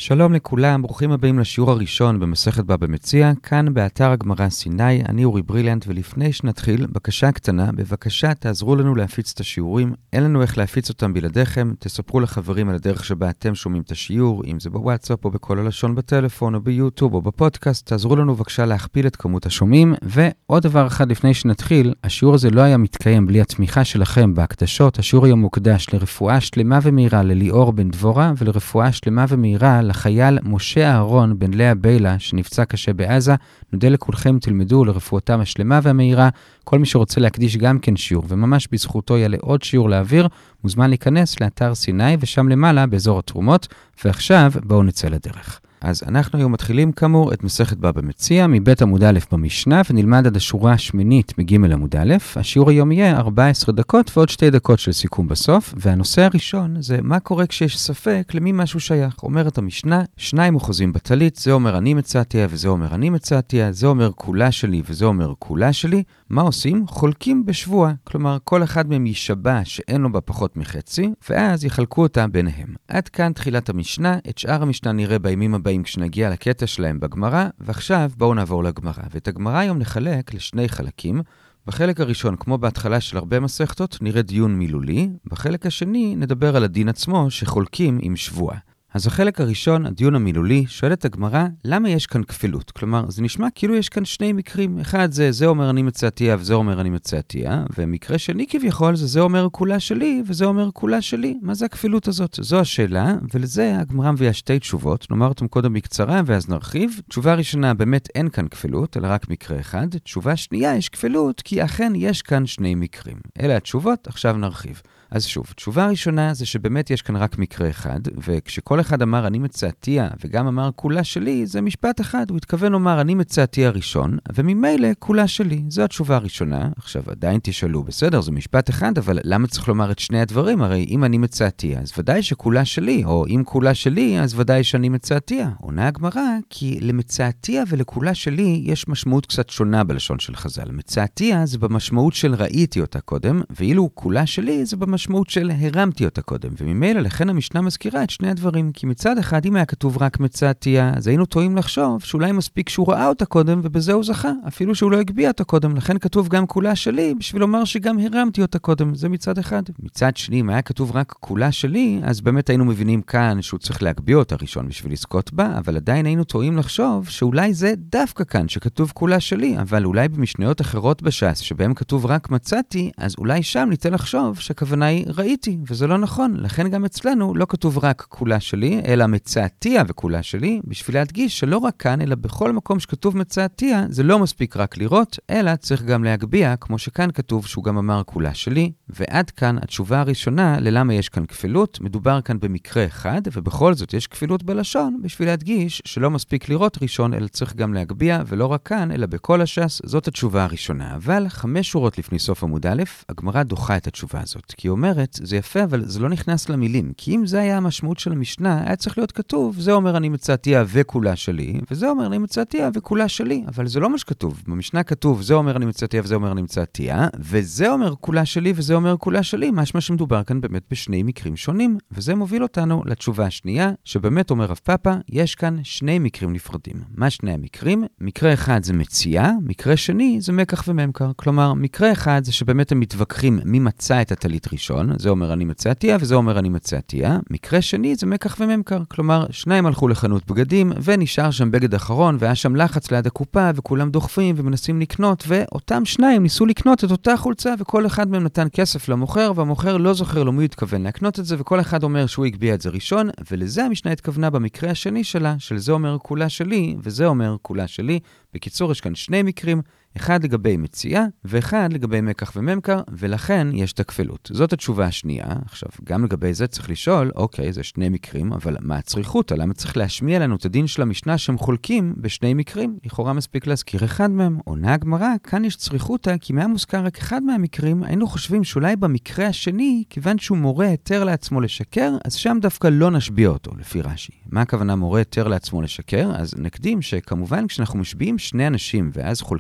שלום לכולם, ברוכים הבאים לשיעור הראשון במסכת בבא מציעא, כאן באתר הגמרא סיני, אני אורי ברילנט, ולפני שנתחיל, בקשה קטנה, בבקשה תעזרו לנו להפיץ את השיעורים, אין לנו איך להפיץ אותם בלעדיכם, תספרו לחברים על הדרך שבה אתם שומעים את השיעור, אם זה בוואטסאפ או בכל הלשון בטלפון או ביוטיוב או בפודקאסט, תעזרו לנו בבקשה להכפיל את כמות השומעים, ועוד דבר אחד לפני שנתחיל, השיעור הזה לא היה מתקיים בלי התמיכה שלכם בהקדשות, השיעור היום מוקדש לרפואה שלמה ומהירה לליאור בן דבורה, ולרפואה שלמה ומהירה לחייל משה אהרון בן לאה ביילה שנפצע קשה בעזה. נודה לכולכם, תלמדו לרפואתם השלמה והמהירה. כל מי שרוצה להקדיש גם כן שיעור וממש בזכותו יעלה עוד שיעור לאוויר, מוזמן להיכנס לאתר סיני ושם למעלה באזור התרומות. ועכשיו בואו נצא לדרך. אז אנחנו היום מתחילים כאמור את מסכת בבא מציעא מבית עמוד א' במשנה, ונלמד עד השורה השמינית מג' עמוד א'. השיעור היום יהיה 14 דקות ועוד 2 דקות של סיכום בסוף, והנושא הראשון זה מה קורה כשיש ספק למי משהו שייך. אומרת המשנה, 2 אוחזים בטלית, זה אומר אני מצאתיה וזה אומר אני מצאתיה, זה אומר כולה שלי וזה אומר כולה שלי. מה עושים? חולקים בשבוע, כלומר כל אחד מהם יישבע שאין לו בה פחות מחצי, ואז יחלקו אותה ביניהם. עד כאן תחילת המשנה, את שאר המשנה נראה בימים הבאים כשנגיע לקטע שלהם בגמרא, ועכשיו בואו נעבור לגמרא. ואת הגמרא היום נחלק לשני חלקים. בחלק הראשון, כמו בהתחלה של הרבה מסכתות, נראה דיון מילולי. בחלק השני נדבר על הדין עצמו שחולקים עם שבוע. אז החלק הראשון, הדיון המילולי, שואלת הגמרא, למה יש כאן כפילות? כלומר, זה נשמע כאילו יש כאן 2 מקרים. אחד זה אומר אני מצאתיה וזה אומר אני מצאתיה, ומקרה שני כביכול זה אומר כולה שלי וזה אומר כולה שלי. מה זה הכפילות הזאת? זו השאלה, ולזה הגמרא מביאה 2 תשובות. נאמר אותם קודם בקצרה ואז נרחיב. תשובה ראשונה, באמת אין כאן כפילות, אלא רק מקרה אחד. תשובה שנייה, יש כפילות, כי אכן יש כאן 2 מקרים. אלה התשובות, עכשיו נרחיב. אז שוב, תשובה ראשונה זה שבאמת יש כאן רק מקרה אחד, וכשכל אחד אמר אני מצאתיה וגם אמר כולה שלי, זה משפט אחד, הוא התכוון לומר אני מצאתיה ראשון, וממילא כולה שלי. זו התשובה הראשונה. עכשיו עדיין תשאלו, בסדר, זה משפט אחד, אבל למה צריך לומר את 2 הדברים? הרי אם אני מצאתיה, אז ודאי שכולה שלי, או אם כולה שלי, אז ודאי שאני מצאתיה. עונה הגמרא, כי למצאתיה ולכולה שלי יש משמעות קצת שונה בלשון של חז"ל. מצאתיה זה במשמעות של ראיתי אותה קודם, ואילו כולה שלי זה במשמעות של הרמתי אותה קודם, וממילא לכן המשנה מזכירה את 2 הדברים, כי מצד אחד אם היה כתוב רק מצאתיה, אז היינו טועים לחשוב שאולי מספיק שהוא ראה אותה קודם ובזה הוא זכה, אפילו שהוא לא הגביע אותה קודם, לכן כתוב גם כולה שלי בשביל לומר שגם הרמתי אותה קודם, זה מצד אחד. מצד שני, אם היה כתוב רק כולה שלי, אז באמת היינו מבינים כאן שהוא צריך להגביע אותה ראשון בשביל לזכות בה, אבל עדיין היינו טועים לחשוב שאולי זה דווקא כאן שכתוב כולה שלי, אבל אולי במשניות אחרות בש"ס שבהם כתוב רק מצאתי, אז אולי שם ניתן לחשוב שהכוונה היא ראיתי, וזה לא נכון. לכן גם אצלנו לא כתוב רק כולה שלי, אלא מצאתיה וכולה שלי, בשביל להדגיש שלא רק כאן, אלא בכל מקום שכתוב מצאתיה, זה לא מספיק רק לראות, אלא צריך גם להגביע, כמו שכאן כתוב שהוא גם אמר כולה שלי. ועד כאן התשובה הראשונה ללמה יש כאן כפילות. מדובר כאן במקרה אחד, ובכל זאת יש כפילות בלשון, בשביל להדגיש שלא מספיק לראות ראשון, אלא צריך גם להגביע, ולא רק כאן, אלא בכל הש"ס. זאת התשובה הראשונה. אבל 5 שורות לפני סוף עמוד א', הגמרא דוחה את התשובה הזאת, כי היא אומרת, זה יפה, אבל זה לא נכנס למילים, כי אם זה היה המשמעות של המשנה, היה צריך להיות כתוב, זה אומר אני מצאתיה וכולה שלי, וזה אומר אני מצאתיה וכולה שלי, אבל זה לא מה שכתוב. במשנה כתוב, זה אומר אני מצאתיה וזה אומר אני מצאתיה, וזה אומר כולה שלי וזה אומר כולה שלי, משמע שמדובר כאן באמת ב2 מקרים שונים, וזה מוביל אותנו לתשובה השנייה, שבאמת אומר רב פאפא, יש כאן 2 מקרים נפרדים. מה 2 המקרים? מקרה אחד זה מציאה, מקרה שני זה מקח וממכר. כלומר, מקרה אחד זה שבאמת הם מתווכחים מי מצא את הטלית ראשון, זה אומר אני מצאתיה וזה אומר אני מצאתיה. מקרה שני זה מקח וממכר, כלומר 2 הלכו לחנות בגדים ונשאר שם בגד אחרון והיה שם לחץ ליד הקופה וכולם דוחפים ומנסים לקנות, ואותם 2 ניסו לקנות את אותה חולצה וכל אחד מהם נתן כסף למוכר, והמוכר לא זוכר לו מי התכוון להקנות את זה, וכל אחד אומר שהוא הגביע את זה ראשון, ולזה המשנה התכוונה במקרה השני שלה, של זה אומר כולה שלי וזה אומר כולה שלי. בקיצור, יש כאן 2 מקרים, אחד לגבי מציאה ואחד לגבי מקח וממכר, ולכן יש את הכפילות. זאת התשובה השנייה. עכשיו, גם לגבי זה צריך לשאול, אוקיי, זה 2 מקרים, אבל מה הצריכות? למה צריך להשמיע לנו את הדין של המשנה שהם חולקים ב2 מקרים? לכאורה מספיק להזכיר אחד מהם. עונה הגמרא, כאן יש צריכותה, כי מה מוזכר רק אחד מהמקרים, היינו חושבים שאולי במקרה השני, כיוון שהוא מורה היתר לעצמו לשקר, אז שם דווקא לא נשביע אותו, לפי רש"י. מה הכוונה מורה היתר לעצמו לשקר? אז נקדים שכמובן כשאנחנו משביעים 2 אנשים ואז חולקים ביניהם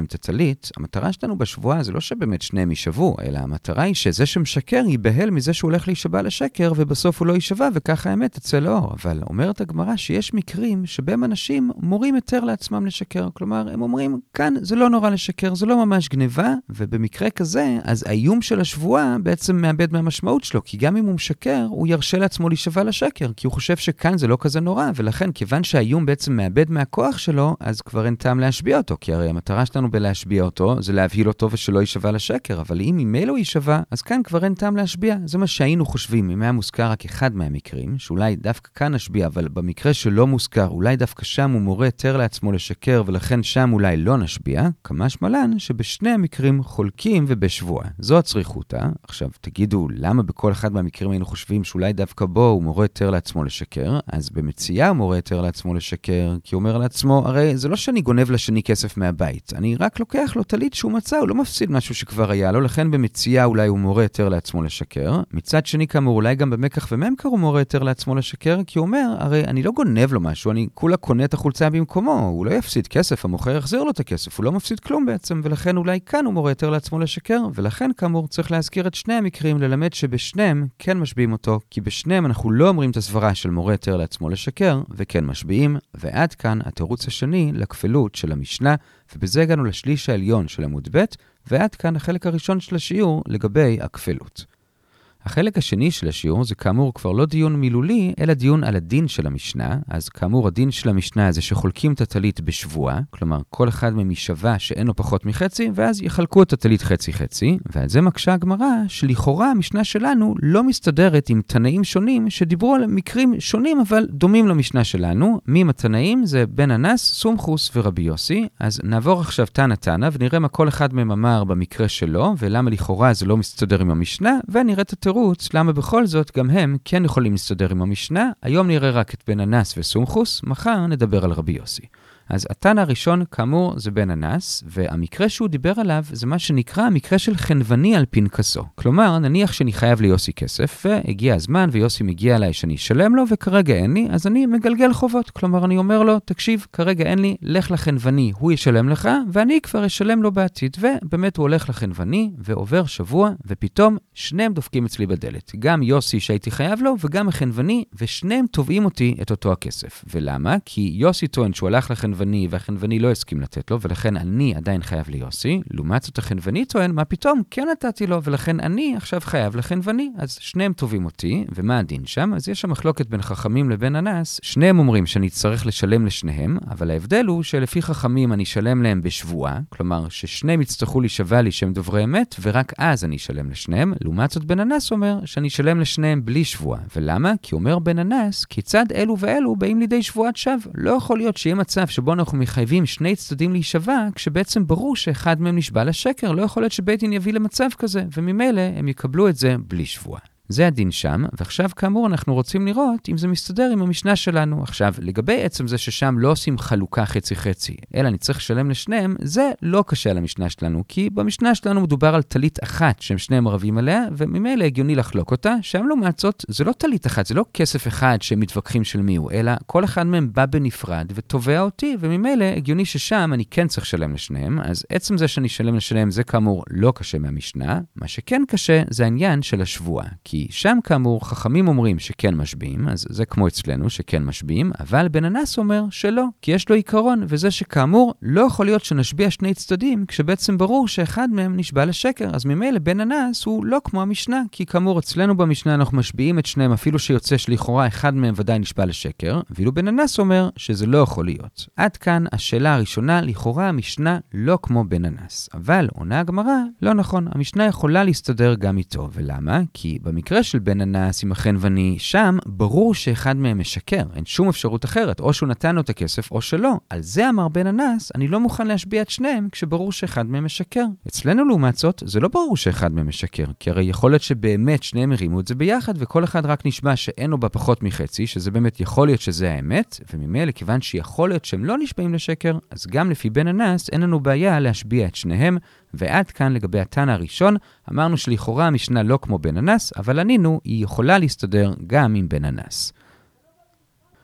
שניהם את הטלית, המטרה שלנו בשבועה זה לא שבאמת שניהם יישבו, אלא המטרה היא שזה שמשקר ייבהל מזה שהוא הולך להישבע לשקר, ובסוף הוא לא יישבע, וככה האמת תצא לאור. אבל אומרת הגמרא שיש מקרים שבהם אנשים מורים יותר לעצמם לשקר. כלומר, הם אומרים, כאן זה לא נורא לשקר, זה לא ממש גניבה, ובמקרה כזה, אז האיום של השבועה בעצם מאבד מהמשמעות שלו, כי גם אם הוא משקר, הוא ירשה לעצמו להישבע לשקר, כי הוא חושב שכאן זה לא כזה נורא, ולכן כיוון שהאיום בעצם מאבד מהכוח שלו, אז כבר אין טעם להשביע אותו, כי הרי המטרה שלנו בלהשביע אותו, זה להבהיל אותו ושלא יישבע לשקר, אבל אם ממילא הוא יישבע, אז כאן כבר אין טעם להשביע. זה מה שהיינו חושבים, אם היה מוזכר רק אחד מהמקרים, שאולי דווקא כאן נשביע, אבל במקרה שלא מוזכר, אולי דווקא שם הוא מורה יותר לעצמו לשקר, ולכן שם אולי לא נשביע, כמשמע לן שבשני המקרים חולקים ובשבועה. זו הצריכותא. עכשיו, תגידו, למה בכל אחד מהמקרים היינו חושבים שאולי דווקא בו הוא מורה יותר לעצמו לשקר? אז במציאה הוא מורה יותר לעצמו לשקר, כי הוא אומר לעצמו, הרי זה לא שאני גונב לשני כסף מהבית, אני רק לוקח לו טלית שהוא מצא, הוא לא מפסיד משהו שכבר היה לו, לכן במציאה אולי הוא מורה יותר לעצמו לשקר. מצד שני כאמור, אולי גם במקח וממכר הוא מורה יותר לעצמו לשקר, כי הוא אומר, הרי אני לא גונב לו משהו, אני כולה קונה את החולצה במקומו, הוא לא יפסיד כסף, המוכר יחזיר לו את הכסף, הוא לא מפסיד כלום בעצם, ולכן אולי כאן הוא מורה יותר לעצמו לשקר, ולכן כאמור צריך להזכיר את שני המקרים, ללמד שבשניהם כן משביעים אותו, כי בשניהם אנחנו לא אומרים את הסברה של מורה יותר לעצמו לשקר, וכן משביעים, ועד כאן התירוץ השני לכפלות של המשנה, ובזה הגענו לשליש העליון של עמוד ב', ועד כאן החלק הראשון של השיעור לגבי הכפלות. החלק השני של השיעור זה כאמור כבר לא דיון מילולי, אלא דיון על הדין של המשנה. אז כאמור הדין של המשנה זה שחולקים את הטלית בשבועה, כלומר כל אחד מהם יישבע שאין לו פחות מחצי, ואז יחלקו את הטלית חצי-חצי, ועל זה מקשה הגמרא שלכאורה המשנה שלנו לא מסתדרת עם תנאים שונים שדיברו על מקרים שונים אבל דומים למשנה שלנו. מי עם התנאים? זה בן אנס, סומכוס ורבי יוסי. אז נעבור עכשיו תנא ונראה מה כל אחד מהם אמר במקרה שלו, ולמה לכאורה זה לא מסתדר עם המשנה, ונראה את התירוץ למה בכל זאת גם הם כן יכולים להסתדר עם המשנה. היום נראה רק את בן אנס וסומכוס, מחר נדבר על רבי יוסי. אז התנא הראשון כאמור זה בן אנס, והמקרה שהוא דיבר עליו זה מה שנקרא המקרה של חנווני על פנקסו. כלומר, נניח שאני חייב ליוסי כסף, והגיע הזמן ויוסי מגיע אליי שאני אשלם לו, וכרגע אין לי, אז אני מגלגל חובות. כלומר, אני אומר לו, תקשיב, כרגע אין לי, לך לחנווני, הוא ישלם לך, ואני כבר אשלם לו בעתיד. ובאמת הוא הולך לחנווני, ועובר שבוע, ופתאום שניהם דופקים אצלי בדלת. גם יוסי שהייתי חייב לו, וגם החנווני, ושניהם תובעים אותי את אותו הכסף. ולמה? כי יוסי טוען שהוא הלך לחנווני, והחנווני לא הסכים לתת לו, ולכן אני עדיין חייב ליוסי. לעומת זאת החנווני טוען, מה פתאום? כן נתתי לו, ולכן אני עכשיו חייב לחנווני. אז שניהם תובעים אותי, ומה הדין שם? אז יש שם מחלוקת בין חכמים לבין אנס. שניהם אומרים שאני צריך לשלם לשניהם, אבל ההבדל הוא שלפי חכמים אני אשלם להם בשבועה, כלומר ששניהם יצטרכו להישבע לי שהם דוברי אמת, ורק אז אני אשלם לשניהם. לעומת זאת בן אנס אומר שאני אשלם לשניהם בלי שבועה. ולמה? כי אומר בן אנס, כיצד אלו ואלו באים לידי שבועת שווא? לא יכול להיות שיהיה מצב שבו אנחנו מחייבים שני צדדים להישבע, כשבעצם ברור שאחד מהם נשבע לשקר. לא יכול להיות שבית דין יביא למצב כזה, וממילא הם יקבלו את זה בלי שבועה. זה הדין שם, ועכשיו כאמור אנחנו רוצים לראות אם זה מסתדר עם המשנה שלנו. עכשיו, לגבי עצם זה ששם לא עושים חלוקה חצי-חצי, אלא אני צריך לשלם לשניהם, זה לא קשה על המשנה שלנו, כי במשנה שלנו מדובר על טלית אחת שהם שניהם רבים עליה, וממילא הגיוני לחלוק אותה. שם לעומת זאת, זה לא טלית אחת, זה לא כסף אחד שהם מתווכחים של מי הוא, אלא כל אחד מהם בא בנפרד ותובע אותי, וממילא הגיוני ששם אני כן צריך לשלם לשניהם. אז עצם זה שאני אשלם לשניהם זה כאמור לא קשה מהמשנה. מה שכן קשה זה העניין של השבועה. כי שם כאמור חכמים אומרים שכן משביעים, אז זה כמו אצלנו שכן משביעים, אבל בן אנס אומר שלא, כי יש לו עיקרון, וזה שכאמור לא יכול להיות שנשביע שני צדדים, כשבעצם ברור שאחד מהם נשבע לשקר. אז ממילא בן אנס הוא לא כמו המשנה, כי כאמור אצלנו במשנה אנחנו משביעים את שניהם, אפילו שיוצא שלכאורה אחד מהם ודאי נשבע לשקר, ואילו בן אנס אומר שזה לא יכול להיות. עד כאן השאלה הראשונה, לכאורה המשנה לא כמו בן אנס. אבל עונה הגמרא, לא נכון, המשנה יכולה להסתדר גם איתו. ולמה? כי במקרה של בן אנס עם החנווני, שם ברור שאחד מהם משקר, אין שום אפשרות אחרת, או שהוא נתן לו את הכסף או שלא. על זה אמר בן אנס, אני לא מוכן להשביע את שניהם כשברור שאחד מהם משקר. אצלנו לעומת זאת, זה לא ברור שאחד מהם משקר, כי הרי יכול להיות שבאמת שניהם הרימו את זה ביחד, וכל אחד רק נשבע שאין לו בה פחות מחצי, שזה באמת יכול להיות שזה האמת, וממילא כיוון שיכול להיות שהם לא נשבעים לשקר, אז גם לפי בן אנס אין לנו בעיה להשביע את שניהם. ועד כאן לגבי התנא הראשון, אמרנו שלכאורה המשנה לא כמו בן אנס, אבל ענינו, היא יכולה להסתדר גם עם בן אנס.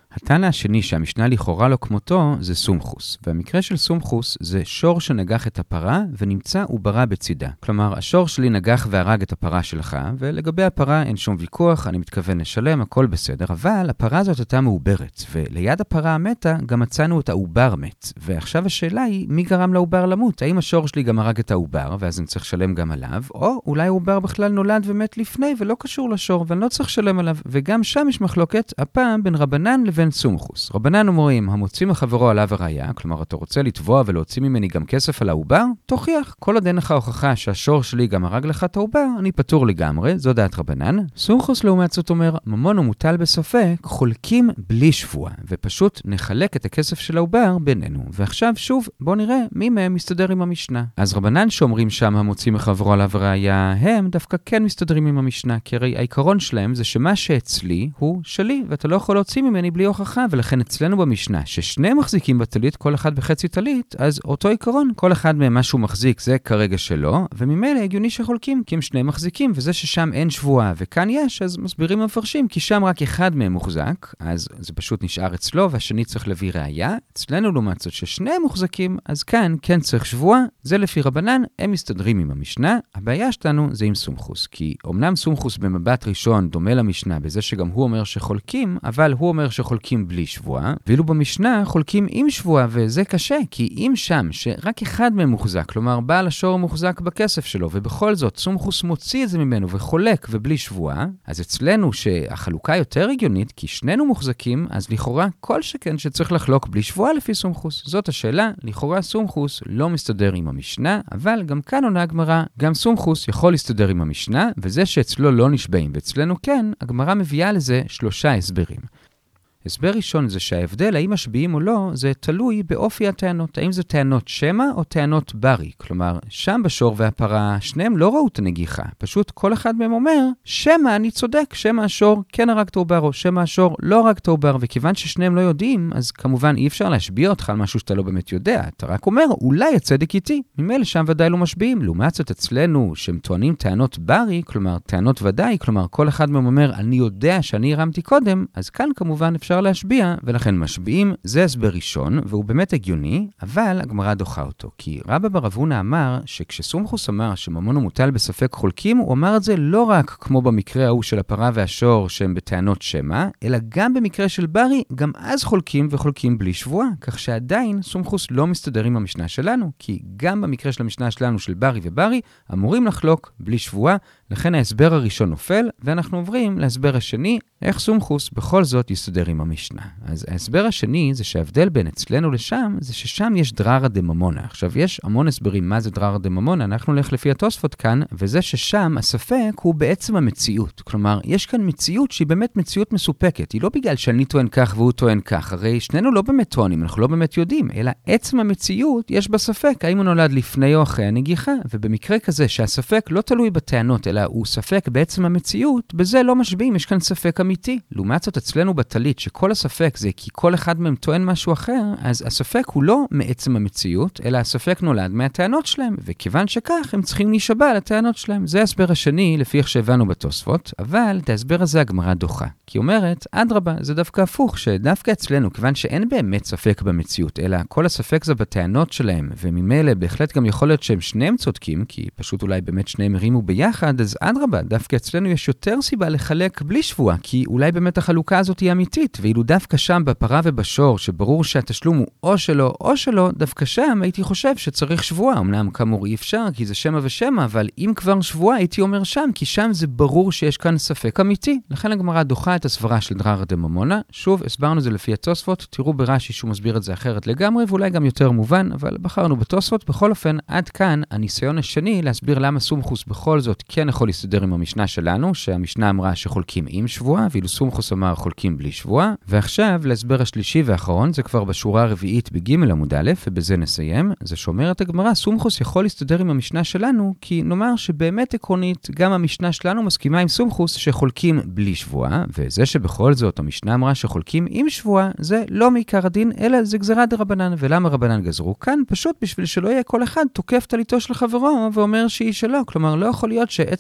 הטענה השני שהמשנה לכאורה לא כמותו זה סומכוס, והמקרה של סומכוס זה שור שנגח את הפרה ונמצא עוברה בצידה. כלומר, השור שלי נגח והרג את הפרה שלך, ולגבי הפרה אין שום ויכוח, אני מתכוון לשלם, הכל בסדר, אבל הפרה הזאת הייתה מעוברת, וליד הפרה המתה גם מצאנו את העובר מת. ועכשיו השאלה היא, מי גרם לעובר למות? האם השור שלי גם הרג את העובר, ואז אני צריך לשלם גם עליו, או אולי העובר בכלל נולד ומת לפני ולא קשור לשור, ואני לא צריך לשלם עליו. וגם שם יש מחלוקת, הפעם בין רבנן לבין סומכוס. רבנן אומרים, המוציא מחברו עליו הראיה, כלומר, אתה רוצה לתבוע ולהוציא ממני גם כסף על העובר? תוכיח. כל עוד אין לך הוכחה שהשור שלי גם הרג לך את העובר, אני פטור לגמרי, זו דעת רבנן. סומכוס לעומת זאת אומר, ממון ומוטל בספק, חולקים בלי שבוע, ופשוט נחלק את הכסף של העובר בינינו. ועכשיו שוב, בוא נראה מי מהם מסתדר עם המשנה. אז רבנן שאומרים שם המוציא מחברו עליו הראיה, הם דווקא כן מסתדרים עם המשנה, כי הרי העיקרון שלהם זה שמה שאצלי הוא שלי, ואתה לא יכול להוציא ממני בלי הוכחה, ולכן אצלנו במשנה, ששני מחזיקים בטלית, כל אחד בחצי טלית, אז אותו עיקרון, כל אחד מהם משהו מחזיק, זה כרגע שלו, וממילא הגיוני שחולקים, כי הם שני מחזיקים, וזה ששם אין שבועה, וכאן יש, אז מסבירים המפרשים, כי שם רק אחד מהם מוחזק, אז זה פשוט נשאר אצלו, והשני צריך להביא ראיה. אצלנו לעומת זאת ששניהם מוחזקים, אז כאן כן צריך שבועה, זה לפי רבנן, הם מסתדרים עם המשנה. הבעיה שלנו זה עם סומכוס, כי אומנם סומכוס במבט ראשון דומה למשנה, בזה שגם הוא אומר שחולקים, אבל הוא אומר שחולקים בלי שבועה, ואילו במשנה חולקים עם שבועה, וזה קשה, כי אם שם שרק אחד מהם מוחזק, כלומר בעל השור מוחזק בכסף שלו, ובכל זאת סומכוס מוציא את זה ממנו וחולק ובלי שבועה, אז אצלנו שהחלוקה יותר הגיונית, כי שנינו מוחזקים, אז לכאורה כל שכן שצריך לחלוק בלי שבועה לפי סומכוס. זאת השאלה, לכאורה סומכוס לא מסתדר עם המשנה, אבל גם כאן עונה הגמרא, גם סומכוס יכול להסתדר עם המשנה, וזה שאצלו לא נשבעים, ואצלנו כן, הגמרא מביאה לזה 3 הסברים. הסבר ראשון זה שההבדל, האם משביעים או לא, זה תלוי באופי הטענות. האם זה טענות שמה או טענות ברי. כלומר, שם בשור והפרה, שניהם לא ראו את הנגיחה. פשוט כל אחד מהם אומר, שמה אני צודק, שמה השור כן הרג את העובר, או שמה השור לא הרג את העובר, וכיוון ששניהם לא יודעים, אז כמובן אי אפשר להשביע אותך על משהו שאתה לא באמת יודע. אתה רק אומר, אולי הצדק איתי. ממילא שם ודאי לא משביעים. לעומת זאת אצלנו, שהם טוענים טענות ברי, כלומר, טענות ודאי, כלומר, כל אחד מהם אומר, אני יודע שאני הרמתי קודם, אז כאן כמובן אפשר להשביע, ולכן משביעים, זה הסבר ראשון, והוא באמת הגיוני, אבל הגמרא דוחה אותו. כי רבא בר אבונה אמר שכשסומכוס אמר שממון ומוטל בספק חולקים, הוא אמר את זה לא רק כמו במקרה ההוא של הפרה והשור שהם בטענות שמה, אלא גם במקרה של ברי, גם אז חולקים וחולקים בלי שבועה, כך שעדיין סומכוס לא מסתדר עם המשנה שלנו, כי גם במקרה של המשנה שלנו של ברי וברי, אמורים לחלוק בלי שבועה, לכן ההסבר הראשון נופל, ואנחנו עוברים להסבר השני, איך סומכוס בכל זאת יסתדר עם המשנה. אז ההסבר השני זה שההבדל בין אצלנו לשם, זה ששם יש דררא דממונא. עכשיו יש המון הסברים מה זה דררא דממונא, אנחנו נלך לפי התוספות כאן, וזה ששם הספק הוא בעצם המציאות. כלומר, יש כאן מציאות שהיא באמת מציאות מסופקת. היא לא בגלל שאני טוען כך והוא טוען כך, הרי שנינו לא באמת טוענים, אנחנו לא באמת יודעים, אלא עצם המציאות יש בה ספק, האם הוא נולד לפני או אחרי הנגיחה, ובמקרה כזה שהספק לא תלוי בטענות, אלא הוא ספק בעצם המציאות, בזה לא משביעים, יש כאן ספק אמיתי. לעומת זאת אצלנו בטלית, שכל הספק זה כי כל אחד מהם טוען משהו אחר, אז הספק הוא לא מעצם המציאות, אלא הספק נולד מהטענות שלהם, וכיוון שכך הם צריכים להישבע לטענות שלהם. זה ההסבר השני, לפי איך שהבנו בתוספות, אבל את ההסבר הזה הגמרא דוחה. כי אומרת, אדרבה, זה דווקא הפוך, שדווקא אצלנו, כיוון שאין באמת ספק במציאות, אלא כל הספק זה בטענות שלהם, וממילא בהחלט גם יכול להיות שהם שניהם צודקים, כי פשוט אולי באמת שניהם הרימו ביחד, אז אדרבה, דווקא אצלנו יש יותר סיבה לחלק בלי שבועה, כי אולי באמת החלוקה הזאת היא אמיתית, ואילו דווקא שם בפרה ובשור, שברור שהתשלום הוא או שלו או שלו, דווקא שם הייתי חושב שצריך שבועה. אמנם כאמור אי אפשר, כי זה שמה ושמה, אבל אם כבר שבועה הייתי אומר שם, כי שם זה ברור שיש כאן ספק אמיתי. לכן הגמרא דוחה את הסברה של דררא דממונא. שוב, הסברנו זה לפי התוספות, תראו ברש"י שהוא מסביר את זה אחרת לגמרי, ואולי גם יותר מובן, אבל בחרנו בתוספות. בכל אופן, עד כאן הניסיון השני להסביר למה סומכוס בכל זאת כן יכול להסתדר עם המשנה שלנו, שהמשנה אמרה שחולקים עם שבועה, ואילו סומכוס אמר חולקים בלי שבועה. ועכשיו להסבר השלישי והאחרון, זה כבר בשורה הרביעית בג' עמוד א', ובזה נסיים. זה שאומרת הגמרא, סומכוס יכול להסתדר עם המשנה שלנו, כי נאמר שבאמת עקרונית, גם המשנה שלנו מסכימה עם סומכוס שחולקים בלי שבועה, וזה שבכל זאת המשנה אמרה שחולקים עם שבועה, זה לא מעיקר הדין, אלא זה גזרה דרבנן. ולמה רבנן גזרו כאן? פשוט בשביל שלא יהיה כל אחד תוקף טליתו של חברו ואומר שהיא שלו. כלומר, לא יכול להיות שעצם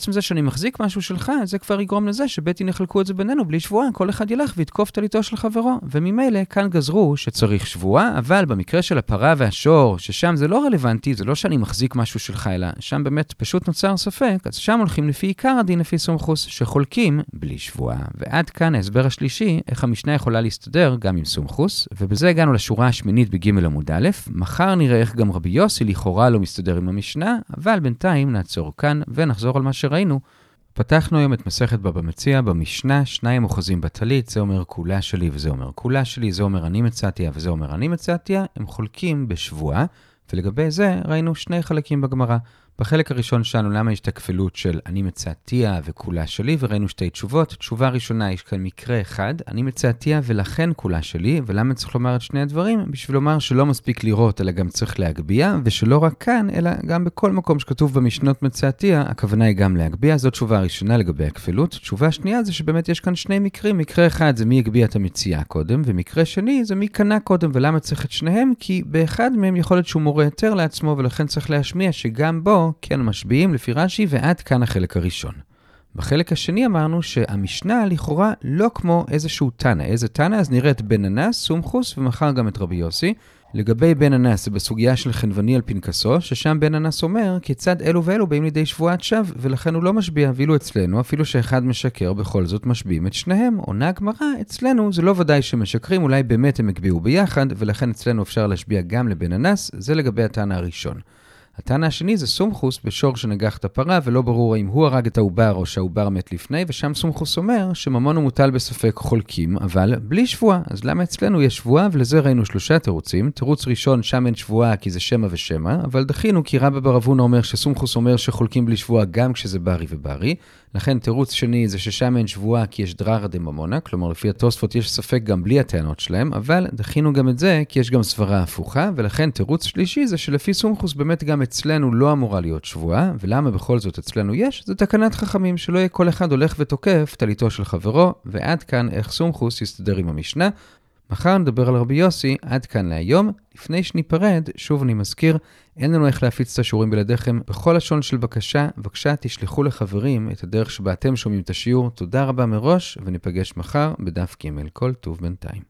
עצם זה שאני מחזיק משהו שלך, זה כבר יגרום לזה שבית דין יחלקו את זה בינינו בלי שבועה, כל אחד ילך ויתקוף טליתו של חברו. וממילא כאן גזרו שצריך שבועה, אבל במקרה של הפרה והשור, ששם זה לא רלוונטי, זה לא שאני מחזיק משהו שלך, אלא שם באמת פשוט נוצר ספק, אז שם הולכים לפי עיקר הדין לפי סומכוס, שחולקים בלי שבועה. ועד כאן ההסבר השלישי, איך המשנה יכולה להסתדר גם עם סומכוס, ובזה הגענו לשורה השמינית בג' עמוד א'. מחר נראה איך גם רבי יוסי לכאורה לא מסתדר עם המשנה, אבל בינתיים נעצור כאן ונחזור על מה שראינו. פתחנו היום את מסכת בבא מציעא במשנה, שניים אוחזים בטלית, זה אומר כולה שלי וזה אומר כולה שלי, זה אומר אני מצאתיה וזה אומר אני מצאתיה, הם חולקים בשבועה, ולגבי זה ראינו שני חלקים בגמרא. בחלק הראשון שלנו למה יש את הכפלות של אני מצאתיה וכולה שלי, וראינו שתי תשובות. תשובה ראשונה, יש כאן מקרה אחד, אני מצאתיה ולכן כולה שלי, ולמה צריך לומר את שני הדברים? בשביל לומר שלא מספיק לראות, אלא גם צריך להגביע, ושלא רק כאן, אלא גם בכל מקום שכתוב במשנות מצאתיה, הכוונה היא גם להגביע. זאת תשובה ראשונה לגבי הכפלות. תשובה שנייה זה שבאמת יש כאן שני מקרים. מקרה אחד זה מי הגביע את המציאה קודם, ומקרה שני זה מי קנה קודם, ולמה צריך את שניהם? כי באחד מהם יכול להיות שהוא מורה יותר לעצמו, ולכן צריך להשמיע שגם בו כן משביעים לפי רש"י, ועד כאן החלק הראשון. בחלק השני אמרנו שהמשנה לכאורה לא כמו איזשהו תנא. איזה תנא? אז נראית בן אנס, סומכוס, ומחר גם את רבי יוסי. לגבי בן אנס זה בסוגיה של חנווני על פנקסו, ששם בן אנס אומר כיצד אלו ואלו באים לידי שבועת שווא, ולכן הוא לא משביע, ואילו אצלנו, אפילו שאחד משקר, בכל זאת משביעים את שניהם. עונה הגמרא, אצלנו זה לא ודאי שמשקרים, אולי באמת הם הגביעו ביחד, ולכן אצלנו אפשר להשביע גם לבן אנס, זה לגבי התנא הראשון. הטענה השני זה סומכוס בשור שנגח את הפרה, ולא ברור אם הוא הרג את העובר או שהעובר מת לפני, ושם סומכוס אומר שממון הוא מוטל בספק חולקים, אבל בלי שבועה. אז למה אצלנו יש שבועה? ולזה ראינו שלושה תירוצים. תירוץ ראשון, שם אין שבועה כי זה שמא ושמא, אבל דחינו כי רבא בר אבונה אומר שסומכוס אומר שחולקים בלי שבועה גם כשזה ברי וברי. לכן תירוץ שני זה ששם אין שבועה כי יש דררא דממונא, כלומר לפי התוספות יש ספק גם בלי הטענות שלהם, אבל דחינו גם את זה כי יש גם סברה הפוכה, ולכן תירוץ שלישי זה שלפי סומכוס באמת גם אצלנו לא אמורה להיות שבועה, ולמה בכל זאת אצלנו יש? זה תקנת חכמים שלא יהיה כל אחד הולך ותוקף טליתו של חברו, ועד כאן איך סומכוס יסתדר עם המשנה. מחר נדבר על רבי יוסי, עד כאן להיום. לפני שניפרד, שוב אני מזכיר, אין לנו איך להפיץ את השיעורים בלעדיכם. בכל לשון של בבקשה תשלחו לחברים את הדרך שבה אתם שומעים את השיעור. תודה רבה מראש, וניפגש מחר בדף ג'. כל טוב בינתיים.